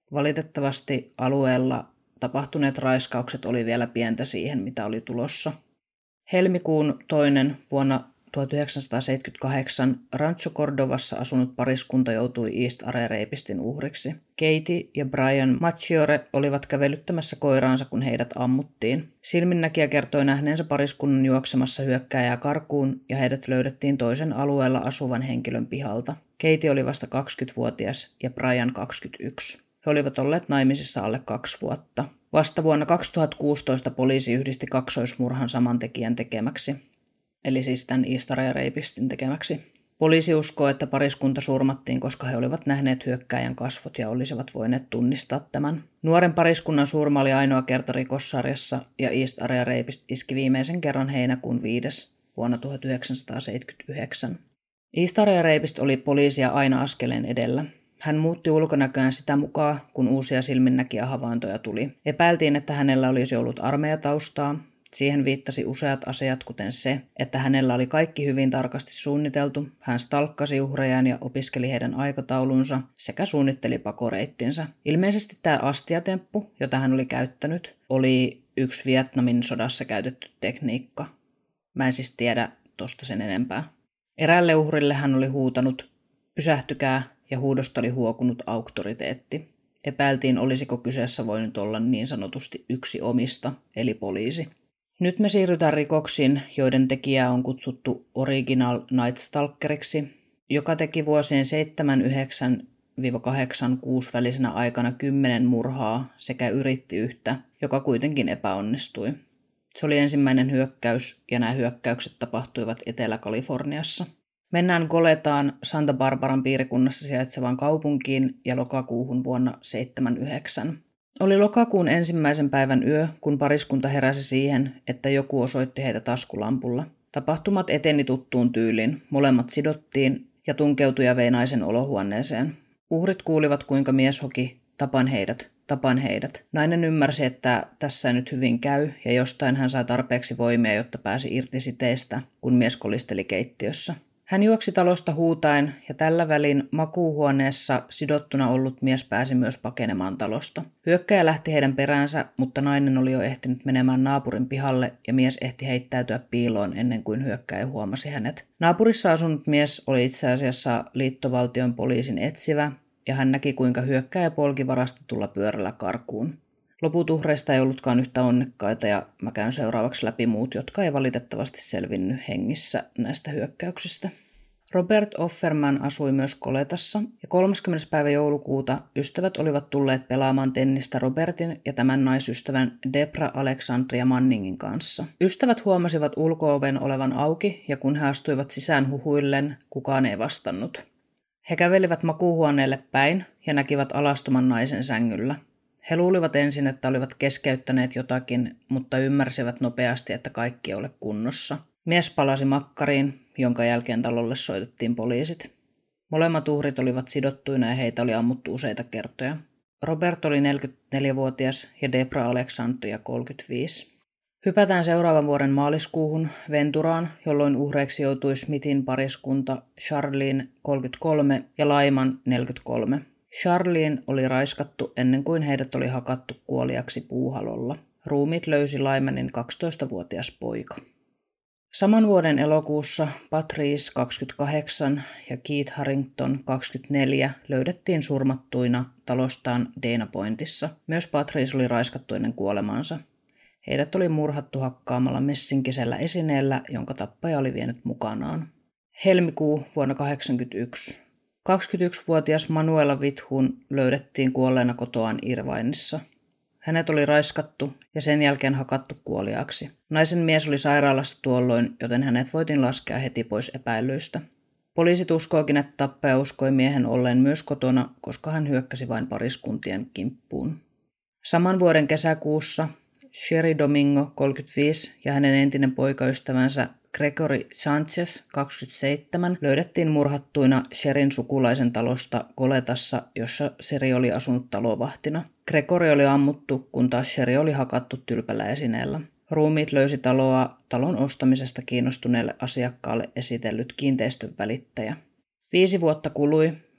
Valitettavasti alueella tapahtuneet raiskaukset oli vielä pientä siihen, mitä oli tulossa. Helmikuun toinen vuonna tuhatyhdeksänsataaseitsemänkymmentäkahdeksan Rancho Cordovassa asunut pariskunta joutui East Area Rapistin uhriksi. Katie ja Brian Macchiore olivat kävelyttämässä koiraansa, kun heidät ammuttiin. Silminnäkijä kertoi nähneensä pariskunnan juoksemassa hyökkääjää karkuun ja heidät löydettiin toisen alueella asuvan henkilön pihalta. Katie oli vasta kaksikymmentävuotias ja Brian kaksikymmentäyksi. He olivat olleet naimisissa alle kaksi vuotta. Vasta vuonna kaksituhattakuusitoista poliisi yhdisti kaksoismurhan saman tekijän tekemäksi. Eli siis tämän East Area Rapistin tekemäksi. Poliisi uskoo, että pariskunta surmattiin, koska he olivat nähneet hyökkääjän kasvot ja olisivat voineet tunnistaa tämän. Nuoren pariskunnan surma oli ainoa kerta rikossarjassa ja East Area Rapist iski viimeisen kerran heinäkuun viides vuonna tuhatyhdeksänsataaseitsemänkymmentäyhdeksän. East Area Rapist oli poliisia aina askeleen edellä. Hän muutti ulkonäköään sitä mukaan, kun uusia silminnäkijähavaintoja tuli. Epäiltiin, että hänellä olisi ollut armeijataustaa. Siihen viittasi useat asiat, kuten se, että hänellä oli kaikki hyvin tarkasti suunniteltu, hän stalkkasi uhrejaan ja opiskeli heidän aikataulunsa sekä suunnitteli pakoreittinsä. Ilmeisesti tämä astiatemppu, jota hän oli käyttänyt, oli yksi Vietnamin sodassa käytetty tekniikka. Mä en siis tiedä tosta sen enempää. Eräälle uhrille hän oli huutanut, pysähtykää, ja huudosta oli huokunut auktoriteetti. Epäiltiin, olisiko kyseessä voinut olla niin sanotusti yksi omista, eli poliisi. Nyt me siirrytään rikoksiin, joiden tekijää on kutsuttu Original Night Stalkeriksi, joka teki vuosien seitsemän yhdeksän kahdeksankymmentäkuusi välisenä aikana kymmenen murhaa sekä yritti yhtä, joka kuitenkin epäonnistui. Se oli ensimmäinen hyökkäys ja nämä hyökkäykset tapahtuivat Etelä-Kaliforniassa. Mennään Goletaan Santa Barbaran piirikunnassa sijaitsevaan kaupunkiin ja lokakuuhun vuonna seitsemänkymmentäyhdeksän. Oli lokakuun ensimmäisen päivän yö, kun pariskunta heräsi siihen, että joku osoitti heitä taskulampulla. Tapahtumat eteni tuttuun tyyliin, molemmat sidottiin ja tunkeutui ja vei naisen olohuoneeseen. Uhrit kuulivat, kuinka mies hoki, tapan heidät, tapan heidät. Nainen ymmärsi, että tässä ei nyt hyvin käy ja jostain hän sai tarpeeksi voimia, jotta pääsi irti siteestä, kun mies kolisteli keittiössä. Hän juoksi talosta huutaen ja tällä välin makuuhuoneessa sidottuna ollut mies pääsi myös pakenemaan talosta. Hyökkäjä lähti heidän peräänsä, mutta nainen oli jo ehtinyt menemään naapurin pihalle ja mies ehti heittäytyä piiloon ennen kuin hyökkäjä huomasi hänet. Naapurissa asunut mies oli itse asiassa liittovaltion poliisin etsivä ja hän näki kuinka hyökkäjä polki varastetulla pyörällä karkuun. Loput uhreista ei ollutkaan yhtä onnekkaita ja mä käyn seuraavaksi läpi muut, jotka ei valitettavasti selvinnyt hengissä näistä hyökkäyksistä. Robert Offerman asui myös Coletassa ja kolmaskymmenes päivä joulukuuta ystävät olivat tulleet pelaamaan tennistä Robertin ja tämän naisystävän Debra Alexandria Manningin kanssa. Ystävät huomasivat ulko-oven olevan auki ja kun he astuivat sisään huhuillen, kukaan ei vastannut. He kävelivät makuuhuoneelle päin ja näkivät alastoman naisen sängyllä. He luulivat ensin, että olivat keskeyttäneet jotakin, mutta ymmärsivät nopeasti, että kaikki ei ole kunnossa. Mies palasi makkariin, jonka jälkeen talolle soitettiin poliisit. Molemmat uhrit olivat sidottuina ja heitä oli ammuttu useita kertoja. Robert oli neljäkymmentäneljävuotias ja Debra Alexandria kolmekymmentäviisi. Hypätään seuraavan vuoden maaliskuuhun Venturaan, jolloin uhreiksi joutui Smithin pariskunta Charlene kolmekymmentäkolme ja Lyman neljäkymmentäkolme. Charlene oli raiskattu ennen kuin heidät oli hakattu kuoliaksi puuhalolla. Ruumiit löysi Lymanin kaksitoistavuotias poika. Saman vuoden elokuussa Patrice kaksikymmentäkahdeksan ja Keith Harrington kaksikymmentäneljä löydettiin surmattuina talostaan Dana Pointissa. Myös Patrice oli raiskattu ennen kuolemaansa. Heidät oli murhattu hakkaamalla messinkisellä esineellä, jonka tappaja oli vienyt mukanaan. Helmikuu vuonna kahdeksankymmentäyksi. kaksikymmentäyksivuotias Manuela Withun löydettiin kuolleena kotoaan Irvinessa. Hänet oli raiskattu ja sen jälkeen hakattu kuoliaaksi. Naisen mies oli sairaalassa tuolloin, joten hänet voitiin laskea heti pois epäilyistä. Poliisit uskookin, että tappaja uskoi miehen olleen myös kotona, koska hän hyökkäsi vain pariskuntien kimppuun. Saman vuoden kesäkuussa Sherry Domingo kolmekymmentäviisi ja hänen entinen poikaystävänsä Gregory Sanchez kaksikymmentäseitsemän löydettiin murhattuina Sherin sukulaisen talosta Coletassa, jossa Sherry oli asunut talovahtina. Gregory oli ammuttu, kun taas Sherry oli hakattu tylpällä esineellä. Ruumiit löysi taloa talon ostamisesta kiinnostuneelle asiakkaalle esitellyt kiinteistön välittäjä. Viisi vuotta kului,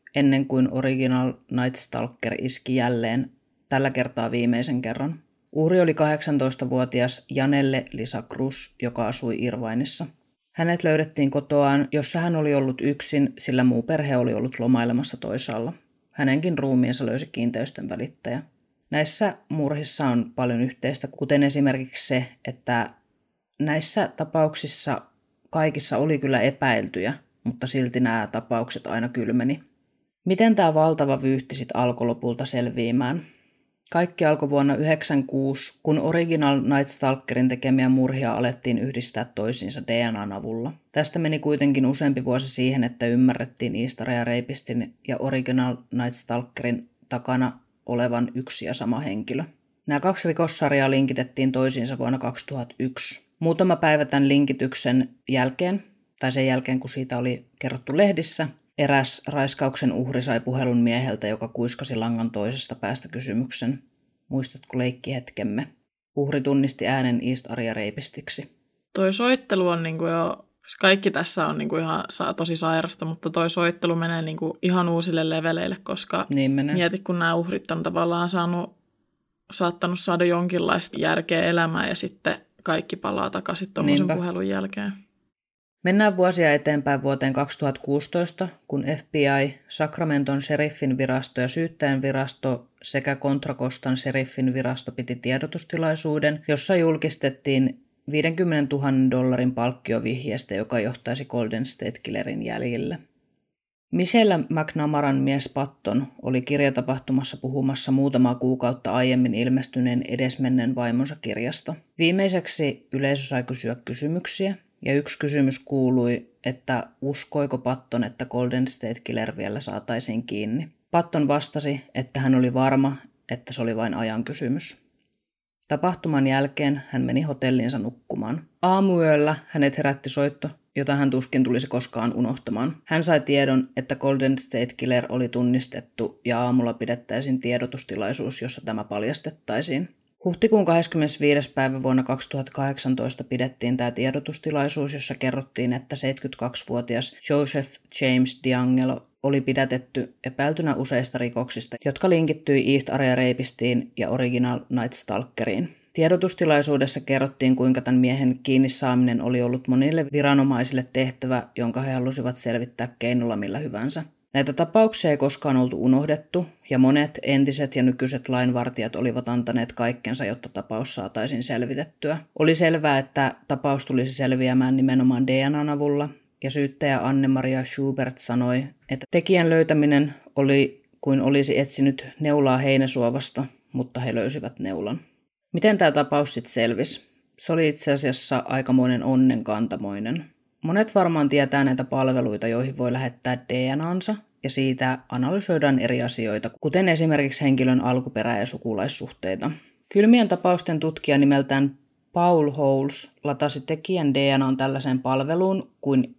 ennen kuin Original Night Stalker iski jälleen, tällä kertaa viimeisen kerran. Uhri oli kahdeksantoistavuotias Janelle Lisa Cruz, joka asui Irvineissa. Hänet löydettiin kotoaan, jossa hän oli ollut yksin, sillä muu perhe oli ollut lomailemassa toisaalla. Hänenkin ruumiinsa löysi kiinteistön välittäjä. Näissä murhissa on paljon yhteistä, kuten esimerkiksi se, että näissä tapauksissa kaikissa oli kyllä epäiltyjä, mutta silti nämä tapaukset aina kylmeni. Miten tämä valtava vyyhti sitten alkoi lopulta selviämään? Kaikki alkoi vuonna yhdeksänkymmentäkuusi, kun Original Night Stalkerin tekemiä murhia alettiin yhdistää toisiinsa D N A:n avulla. Tästä meni kuitenkin useampi vuosi siihen, että ymmärrettiin Easter Rapistin ja Original Night Stalkerin takana olevan yksi ja sama henkilö. Nämä kaksi rikossarjaa linkitettiin toisiinsa vuonna kaksituhattayksi. Muutama päivä tämän linkityksen jälkeen, tai sen jälkeen kun siitä oli kerrottu lehdissä, eräs raiskauksen uhri sai puhelun mieheltä, joka kuiskasi langan toisesta päästä kysymyksen. Muistatko leikkihetkemme? Uhri tunnisti äänen East Area Rapistiksi. Toi soittelu on niinku jo, kaikki tässä on niinku ihan tosi sairasta, mutta toi soittelu menee niinku ihan uusille leveleille, koska niin menee. Mieti, kun nämä uhrit on tavallaan saanut, saattanut saada jonkinlaista järkeä elämään ja sitten kaikki palaa takaisin tuommoisen puhelun jälkeen. Mennään vuosia eteenpäin vuoteen kaksituhattakuusitoista, kun F B I, Sacramenton sheriffin virasto ja syyttäjän virasto sekä Contra Costan sheriffin virasto piti tiedotustilaisuuden, jossa julkistettiin viisikymmentätuhatta dollarin palkkiovihjeestä, joka johtaisi Golden State Killerin jäljille. Michelle McNamaran mies Patton oli kirjatapahtumassa puhumassa muutamaa kuukautta aiemmin ilmestyneen edesmenneen vaimonsa kirjasta. Viimeiseksi yleisö sai kysyä kysymyksiä, ja yksi kysymys kuului, että uskoiko Patton, että Golden State Killer vielä saataisiin kiinni. Patton vastasi, että hän oli varma, että se oli vain ajan kysymys. Tapahtuman jälkeen hän meni hotelliinsa nukkumaan. Aamuyöllä hänet herätti soitto, jota hän tuskin tulisi koskaan unohtamaan. Hän sai tiedon, että Golden State Killer oli tunnistettu ja aamulla pidettäisiin tiedotustilaisuus, jossa tämä paljastettaisiin. Huhtikuun kahdeskymmenesviides päivä vuonna kaksituhattakahdeksantoista pidettiin tämä tiedotustilaisuus, jossa kerrottiin, että seitsemänkymmentäkaksivuotias Joseph James DeAngelo oli pidätetty epäiltynä useista rikoksista, jotka linkittyi East Area Rapistiin ja Original Night Stalkeriin. Tiedotustilaisuudessa kerrottiin, kuinka tämän miehen kiinni saaminen oli ollut monille viranomaisille tehtävä, jonka he halusivat selvittää keinolla millä hyvänsä. Näitä tapauksia ei koskaan oltu unohdettu, ja monet entiset ja nykyiset lainvartijat olivat antaneet kaikkensa, jotta tapaus saataisiin selvitettyä. Oli selvää, että tapaus tulisi selviämään nimenomaan D N A:n avulla, ja syyttäjä Anne-Maria Schubert sanoi, että tekijän löytäminen oli kuin olisi etsinyt neulaa heinäsuovasta, mutta he löysivät neulan. Miten tämä tapaus sitten selvisi? Se oli itse asiassa aikamoinen onnenkantamoinen. Monet varmaan tietää näitä palveluita, joihin voi lähettää D N A:nsa, ja siitä analysoidaan eri asioita, kuten esimerkiksi henkilön alkuperää ja sukulaissuhteita. Kylmien tapausten tutkija nimeltään Paul Holes latasi tekijän D N A:n tällaiseen palveluun kuin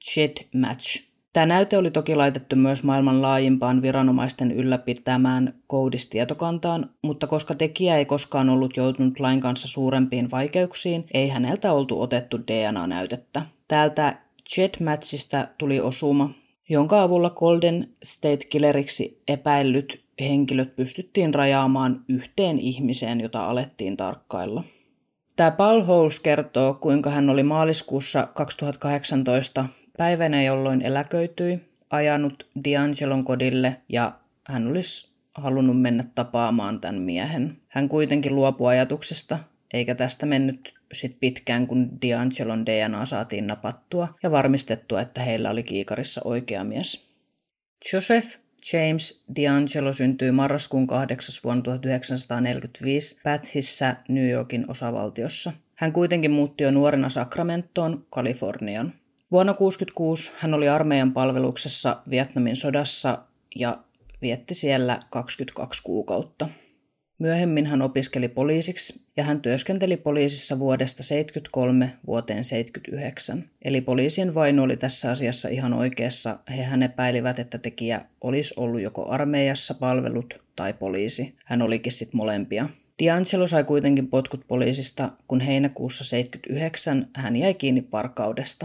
GEDmatch. Tämä näyte oli toki laitettu myös maailman laajimpaan viranomaisten ylläpitämään Codis-tietokantaan, mutta koska tekijä ei koskaan ollut joutunut lain kanssa suurempiin vaikeuksiin, ei häneltä oltu otettu D N A-näytettä. Täältä GEDmatchista tuli osuma, jonka avulla Golden State Killeriksi epäillyt henkilöt pystyttiin rajaamaan yhteen ihmiseen, jota alettiin tarkkailla. Tämä Paul Holes kertoo, kuinka hän oli maaliskuussa kaksituhattakahdeksantoista päivänä, jolloin eläköityi, ajanut DeAngelon kodille ja hän olisi halunnut mennä tapaamaan tämän miehen. Hän kuitenkin luopui ajatuksesta, eikä tästä mennyt sit pitkään, kun DeAngelon D N A saatiin napattua ja varmistettua, että heillä oli kiikarissa oikea mies. Joseph James DeAngelo syntyi marraskuun kahdeksas vuonna tuhatyhdeksänsataaneljäkymmentäviisi Bathissä New Yorkin osavaltiossa. Hän kuitenkin muutti jo nuorena Sacramentoon, Kaliforniaan. Vuonna tuhatyhdeksänsataakuusikymmentäkuusi hän oli armeijan palveluksessa Vietnamin sodassa ja vietti siellä kaksikymmentäkaksi kuukautta. Myöhemmin hän opiskeli poliisiksi ja hän työskenteli poliisissa vuodesta seitsemänkymmentäkolme vuoteen seitsemänkymmentäyhdeksän. Eli poliisien vainu oli tässä asiassa ihan oikeassa. Hehän epäilivät, että tekijä olisi ollut joko armeijassa palvelut tai poliisi. Hän olikin sitten molempia. DeAngelo sai kuitenkin potkut poliisista, kun heinäkuussa seitsemänkymmentäyhdeksän hän jäi kiinni varkaudesta.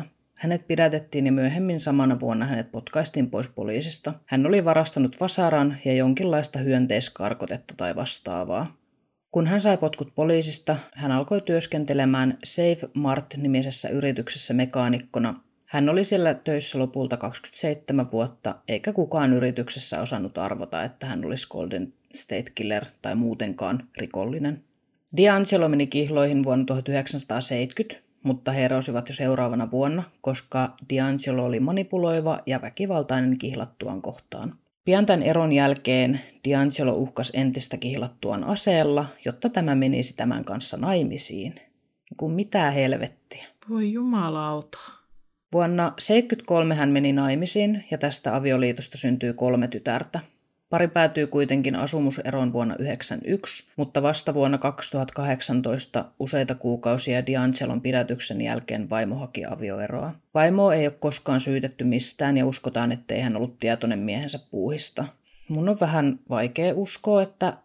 Hänet pidätettiin ja myöhemmin samana vuonna hänet potkaistiin pois poliisista. Hän oli varastanut vasaran ja jonkinlaista hyönteiskarkotetta tai vastaavaa. Kun hän sai potkut poliisista, hän alkoi työskentelemään Save Mart-nimisessä yrityksessä mekaanikkona. Hän oli siellä töissä lopulta kaksikymmentäseitsemän vuotta, eikä kukaan yrityksessä osannut arvata, että hän olisi Golden State Killer tai muutenkaan rikollinen. DeAngelo meni kihloihin vuonna tuhatyhdeksänsataaseitsemänkymmentä, mutta he erosivat jo seuraavana vuonna, koska DeAngelo oli manipuloiva ja väkivaltainen kihlattuaan kohtaan. Pian tämän eron jälkeen DeAngelo uhkasi entistä kihlattuaan aseella, jotta tämä menisi tämän kanssa naimisiin. Kun mitä helvettiä. Voi jumalauta. Vuonna tuhatyhdeksänsataaseitsemänkymmentäkolme hän meni naimisiin ja tästä avioliitosta syntyi kolme tytärtä. Pari päätyi kuitenkin asumuseroon vuonna yhdeksänkymmentäyksi, mutta vasta vuonna kaksituhattakahdeksantoista useita kuukausia DeAngelon pidätyksen jälkeen vaimo haki avioeroa. Vaimoa ei ole koskaan syytetty mistään ja uskotaan, ettei hän ollut tietoinen miehensä puuhista. Mun on vähän vaikea uskoa, että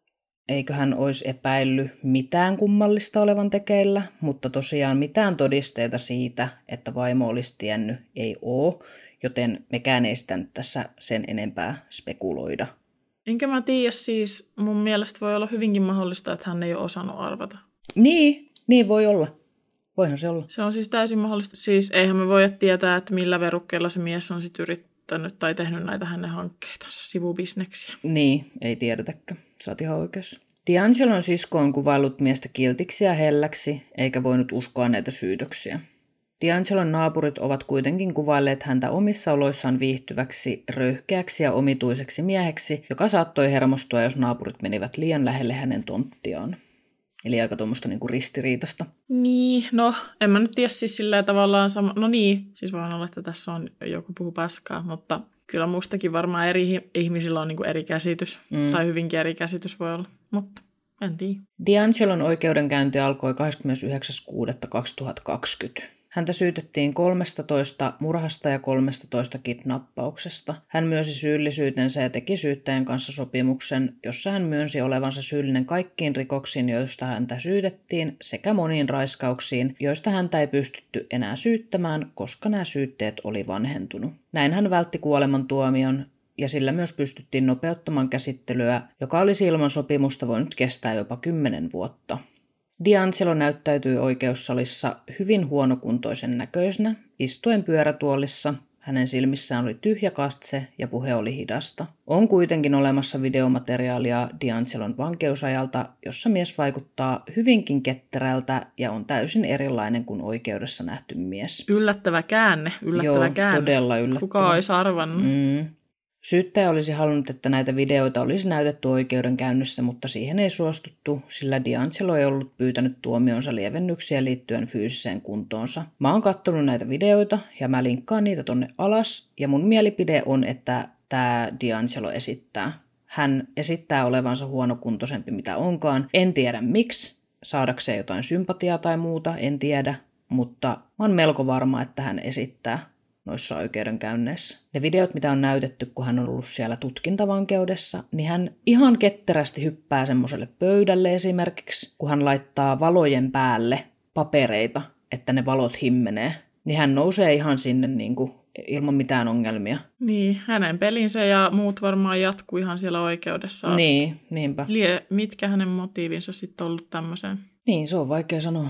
eikö hän olisi epäillyt mitään kummallista olevan tekeillä, mutta tosiaan mitään todisteita siitä, että vaimo olisi tiennyt, ei ole, joten mekään ei sitä nyt tässä sen enempää spekuloida. Enkä mä tiedä, siis mun mielestä voi olla hyvinkin mahdollista, että hän ei ole osannut arvata. Niin, niin voi olla. Voihan se olla. Se on siis täysin mahdollista. Siis eihän me voida tietää, että millä verukkeella se mies on sitten yrittänyt tai tehnyt näitä hänen hankkeitansa, sivubisneksiä. Niin, ei tiedetäkään. Sä oot ihan oikeassa. DeAngelon sisko on kuvaillut miestä kiltiksi ja helläksi, eikä voinut uskoa näitä syytöksiä. DeAngelon naapurit ovat kuitenkin kuvailleet häntä omissa oloissaan viihtyväksi, röyhkeäksi ja omituiseksi mieheksi, joka saattoi hermostua, jos naapurit menivät liian lähelle hänen tonttiaan. Eli aika tuommoista niinku ristiriitasta. Niin, no en mä nyt tiedä siis sillä tavallaan sama. No niin, siis voin olla, että tässä on joku puhu paskaa, mutta kyllä mustakin varmaan eri ihmisillä on niinku eri käsitys. Mm. Tai hyvinkin eri käsitys voi olla, mutta en tiedä. DeAngelon oikeudenkäynti alkoi kahdeskymmenesyhdeksäs kuudetta kaksituhattakaksikymmentä. Häntä syytettiin kolmestatoista murhasta ja kolmestatoista kidnappauksesta. Hän myönsi syyllisyytensä ja teki syyttäjän kanssa sopimuksen, jossa hän myönsi olevansa syyllinen kaikkiin rikoksiin, joista häntä syytettiin, sekä moniin raiskauksiin, joista häntä ei pystytty enää syyttämään, koska nämä syytteet oli vanhentunut. Näin hän vältti kuolemantuomion, ja sillä myös pystyttiin nopeuttamaan käsittelyä, joka olisi ilman sopimusta voinut kestää jopa kymmenen vuotta. DeAngelo näyttäytyi oikeussalissa hyvin huonokuntoisen näköisenä, istuen pyörätuolissa. Hänen silmissään oli tyhjä katse ja puhe oli hidasta. On kuitenkin olemassa videomateriaalia DeAngelon vankeusajalta, jossa mies vaikuttaa hyvinkin ketterältä ja on täysin erilainen kuin oikeudessa nähty mies. Yllättävä käänne, yllättävä Joo, käänne. Todella yllättävä. Kuka olisi arvannut? Mm. Syyttäjä olisi halunnut, että näitä videoita olisi näytetty oikeudenkäynnissä, mutta siihen ei suostuttu, sillä DeAngelo ei ollut pyytänyt tuomionsa lievennyksiä liittyen fyysiseen kuntoonsa. Mä oon katsonut näitä videoita ja mä linkkaan niitä tonne alas, ja mun mielipide on, että tämä DeAngelo esittää. Hän esittää olevansa huonokuntoisempi mitä onkaan. En tiedä miksi, saadakseen jotain sympatiaa tai muuta, en tiedä, mutta mä oon melko varma, että hän esittää noissa oikeudenkäynneissä. Ne videot, mitä on näytetty, kun hän on ollut siellä tutkintavankeudessa, niin hän ihan ketterästi hyppää semmoiselle pöydälle esimerkiksi, kun hän laittaa valojen päälle papereita, että ne valot himmenee. Niin hän nousee ihan sinne niin kuin ilman mitään ongelmia. Niin, hänen pelinsä ja muut varmaan jatkuu ihan siellä oikeudessa asti. Niin, niinpä. Lie, mitkä hänen motiivinsa sitten on ollut tämmöiseen? Niin, se on vaikea sanoa.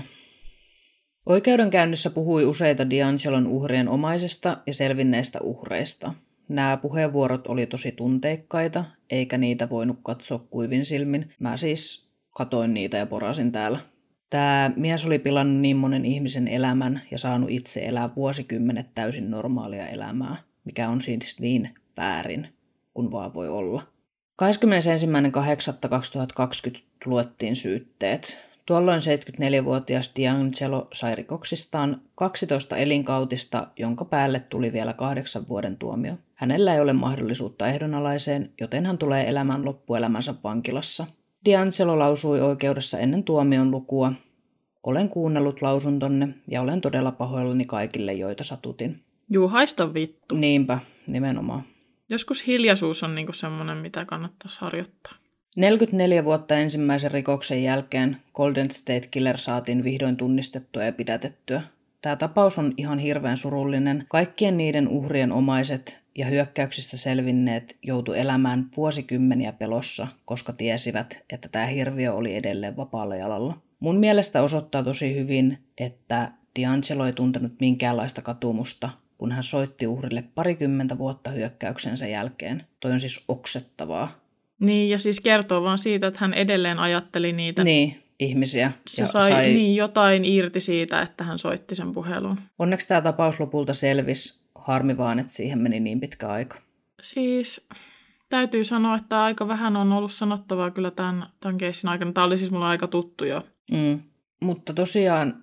Oikeudenkäynnissä puhui useita DeAngelon uhrien omaisista ja selvinneistä uhreista. Nämä puheenvuorot oli tosi tunteikkaita, eikä niitä voinut katsoa kuivin silmin. Mä siis katoin niitä ja porasin täällä. Tämä mies oli pilannut niin monen ihmisen elämän ja saanut itse elää vuosikymmenet täysin normaalia elämää, mikä on siis niin väärin kuin vaan voi olla. kahdeskymmenesensimmäinen kahdeksatta kaksituhattakaksikymmentä luettiin syytteet. Tuolloin seitsemänkymmentäneljävuotias DeAngelo sai rikoksistaan kaksitoista elinkautista, jonka päälle tuli vielä kahdeksan vuoden tuomio. Hänellä ei ole mahdollisuutta ehdonalaiseen, joten hän tulee elämään loppuelämänsä vankilassa. DeAngelo lausui oikeudessa ennen tuomion lukua: "Olen kuunnellut lausuntonne ja olen todella pahoillani kaikille, joita satutin." Juu, haista vittu. Niinpä, nimenomaan. Joskus hiljaisuus on niinku semmoinen, mitä kannattaisi harjoittaa. neljäkymmentäneljä vuotta ensimmäisen rikoksen jälkeen Golden State Killer saatiin vihdoin tunnistettua ja pidätettyä. Tämä tapaus on ihan hirveän surullinen. Kaikkien niiden uhrien omaiset ja hyökkäyksistä selvinneet joutu elämään vuosikymmeniä pelossa, koska tiesivät, että tämä hirviö oli edelleen vapaalla jalalla. Mun mielestä osoittaa tosi hyvin, että D'Angelo ei tuntenut minkäänlaista katumusta, kun hän soitti uhrille parikymmentä vuotta hyökkäyksensä jälkeen. Toi on siis oksettavaa. Niin, ja siis kertoo vaan siitä, että hän edelleen ajatteli niitä. Niin, ihmisiä. Se sai, sai niin jotain irti siitä, että hän soitti sen puhelun. Onneksi tämä tapaus lopulta selvisi. Harmi vaan, että siihen meni niin pitkä aika. Siis täytyy sanoa, että aika vähän on ollut sanottavaa kyllä tämän, tämän keissin aikana. Tämä oli siis mulle aika tuttu jo. Mm. Mutta tosiaan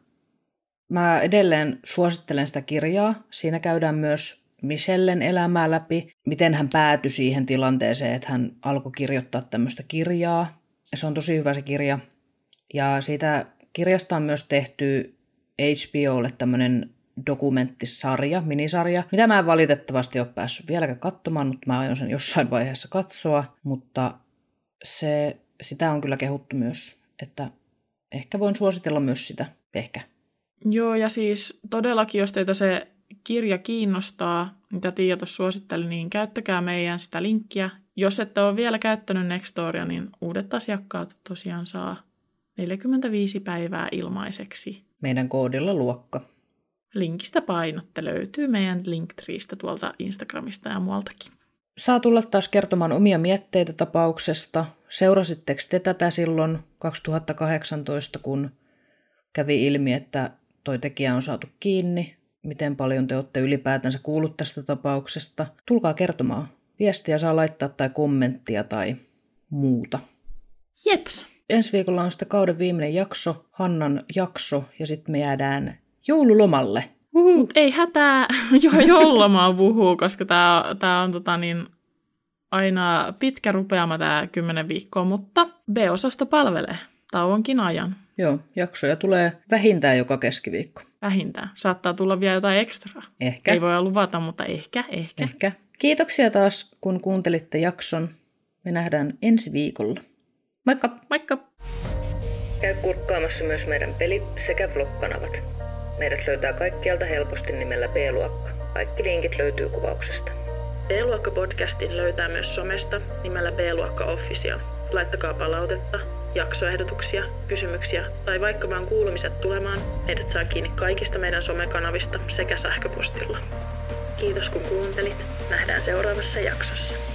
mä edelleen suosittelen sitä kirjaa. Siinä käydään myös Michellen elämää läpi, miten hän päätyi siihen tilanteeseen, että hän alkoi kirjoittaa tämmöistä kirjaa. Ja se on tosi hyvä se kirja. Ja siitä kirjasta on myös tehty H B O:lle tämmöinen dokumenttisarja, minisarja, mitä mä en valitettavasti ole päässyt vieläkään katsomaan, mutta mä aion sen jossain vaiheessa katsoa, mutta se, sitä on kyllä kehuttu myös, että ehkä voin suositella myös sitä, ehkä. Joo, ja siis todellakin, jos teitä se kirja kiinnostaa, mitä Tiia tuossa suositteli, niin käyttäkää meidän sitä linkkiä. Jos ette ole vielä käyttänyt Nextoria, niin uudet asiakkaat tosiaan saa neljäkymmentäviisi päivää ilmaiseksi. Meidän koodilla luokka. Linkistä painotte löytyy meidän Linktreestä tuolta Instagramista ja muualtakin. Saa tulla taas kertomaan omia mietteitä tapauksesta. Seurasitteko te tätä silloin kaksituhattakahdeksantoista, kun kävi ilmi, että toi tekijä on saatu kiinni? Miten paljon te olette ylipäätänsä kuullut tästä tapauksesta? Tulkaa kertomaan. Viestiä saa laittaa tai kommenttia tai muuta. Jeps! Ensi viikolla on sitten kauden viimeinen jakso, Hannan jakso, ja sitten me jäädään joululomalle. Mut ei hätää, jo joululomaa puhuu, koska tää, tää on tota niin, aina pitkä rupeama tää kymmenen viikkoa, mutta B-osasto palvelee tauonkin ajan. Joo, jaksoja tulee vähintään joka keskiviikko. Vähintään. Saattaa tulla vielä jotain ekstraa. Ehkä. Ei voi luvata, mutta ehkä, ehkä. Ehkä. Kiitoksia taas, kun kuuntelitte jakson. Me nähdään ensi viikolla. Moikka! Moikka! Käy kurkkaamassa myös meidän peli- sekä vlog-kanavat. Meidät löytää kaikkialta helposti nimellä B-luokka. Kaikki linkit löytyy kuvauksesta. B-luokka-podcastin löytää myös somesta nimellä B-luokka Official. Laittakaa palautetta, jaksoehdotuksia, kysymyksiä tai vaikka vaan kuulumiset tulemaan. Meidät saa kiinni kaikista meidän somekanavista sekä sähköpostilla. Kiitos kun kuuntelit. Nähdään seuraavassa jaksossa.